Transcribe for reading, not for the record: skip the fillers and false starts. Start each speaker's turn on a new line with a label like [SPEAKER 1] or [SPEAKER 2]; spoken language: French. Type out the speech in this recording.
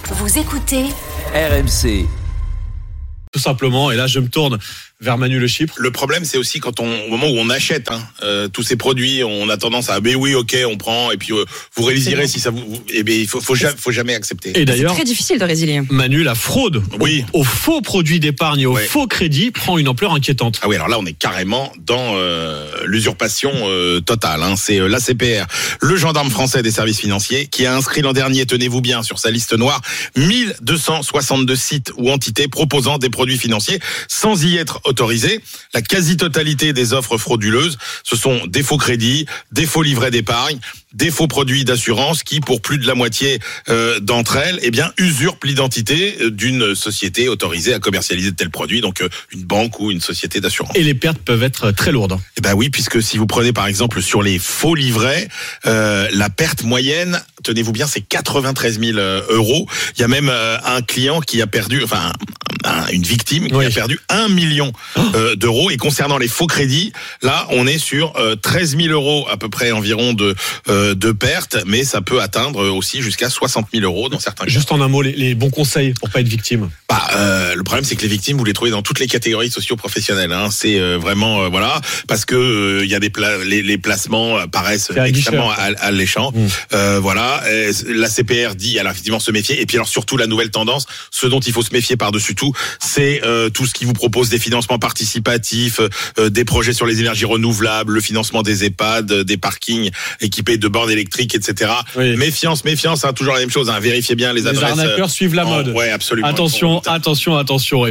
[SPEAKER 1] Vous écoutez
[SPEAKER 2] RMC.
[SPEAKER 3] Tout simplement, et là je me tourne vers Manu Le Chypre.
[SPEAKER 4] Le problème, c'est aussi au moment où on achète tous ces produits, on a tendance à oui, ok, on prend, et puis vous réviserez si ça vous. Eh bien, il faut jamais accepter.
[SPEAKER 3] Et d'ailleurs,
[SPEAKER 5] c'est très difficile de résilier.
[SPEAKER 3] Manu, la fraude aux faux produits d'épargne et aux faux crédits prend une ampleur inquiétante.
[SPEAKER 4] Ah oui, alors là, on est carrément dans l'usurpation totale. C'est l'ACPR, le gendarme français des services financiers, qui a inscrit l'an dernier, tenez-vous bien, sur sa liste noire, 1262 sites ou entités proposant des produits financiers sans y être autorisés. La quasi-totalité des offres frauduleuses, ce sont des faux crédits, des faux livrets d'épargne, des faux produits d'assurance qui, pour plus de la moitié d'entre elles, usurpent l'identité d'une société autorisée à commercialiser de tels produits, donc une banque ou une société d'assurance.
[SPEAKER 3] Et les pertes peuvent être très lourdes.
[SPEAKER 4] Eh ben oui, puisque si vous prenez par exemple sur les faux livrets, la perte moyenne, tenez-vous bien, c'est 93 000 euros. Il y a même un client qui a perdu, une victime qui a perdu 1 million d'euros. Et concernant les faux crédits, là, on est sur 13 000 euros à peu près environ de pertes, mais ça peut atteindre aussi jusqu'à 60 000 euros dans certains cas.
[SPEAKER 3] Juste en un mot, les bons conseils pour pas être victime.
[SPEAKER 4] Le problème, c'est que les victimes, vous les trouvez dans toutes les catégories socio-professionnelles. C'est vraiment parce que il y a les placements paraissent extrêmement alléchants. La CPR dit alors effectivement se méfier. Et puis alors surtout la nouvelle tendance, ce dont il faut se méfier par-dessus tout, c'est tout ce qui vous propose des financements participatifs, des projets sur les énergies renouvelables, le financement des EHPAD, des parkings équipés de bornes électriques, etc. Oui. Méfiance, toujours la même chose. Vérifiez bien les adresses.
[SPEAKER 3] Les arnaqueurs suivent la mode.
[SPEAKER 4] Ouais, absolument.
[SPEAKER 3] Attention.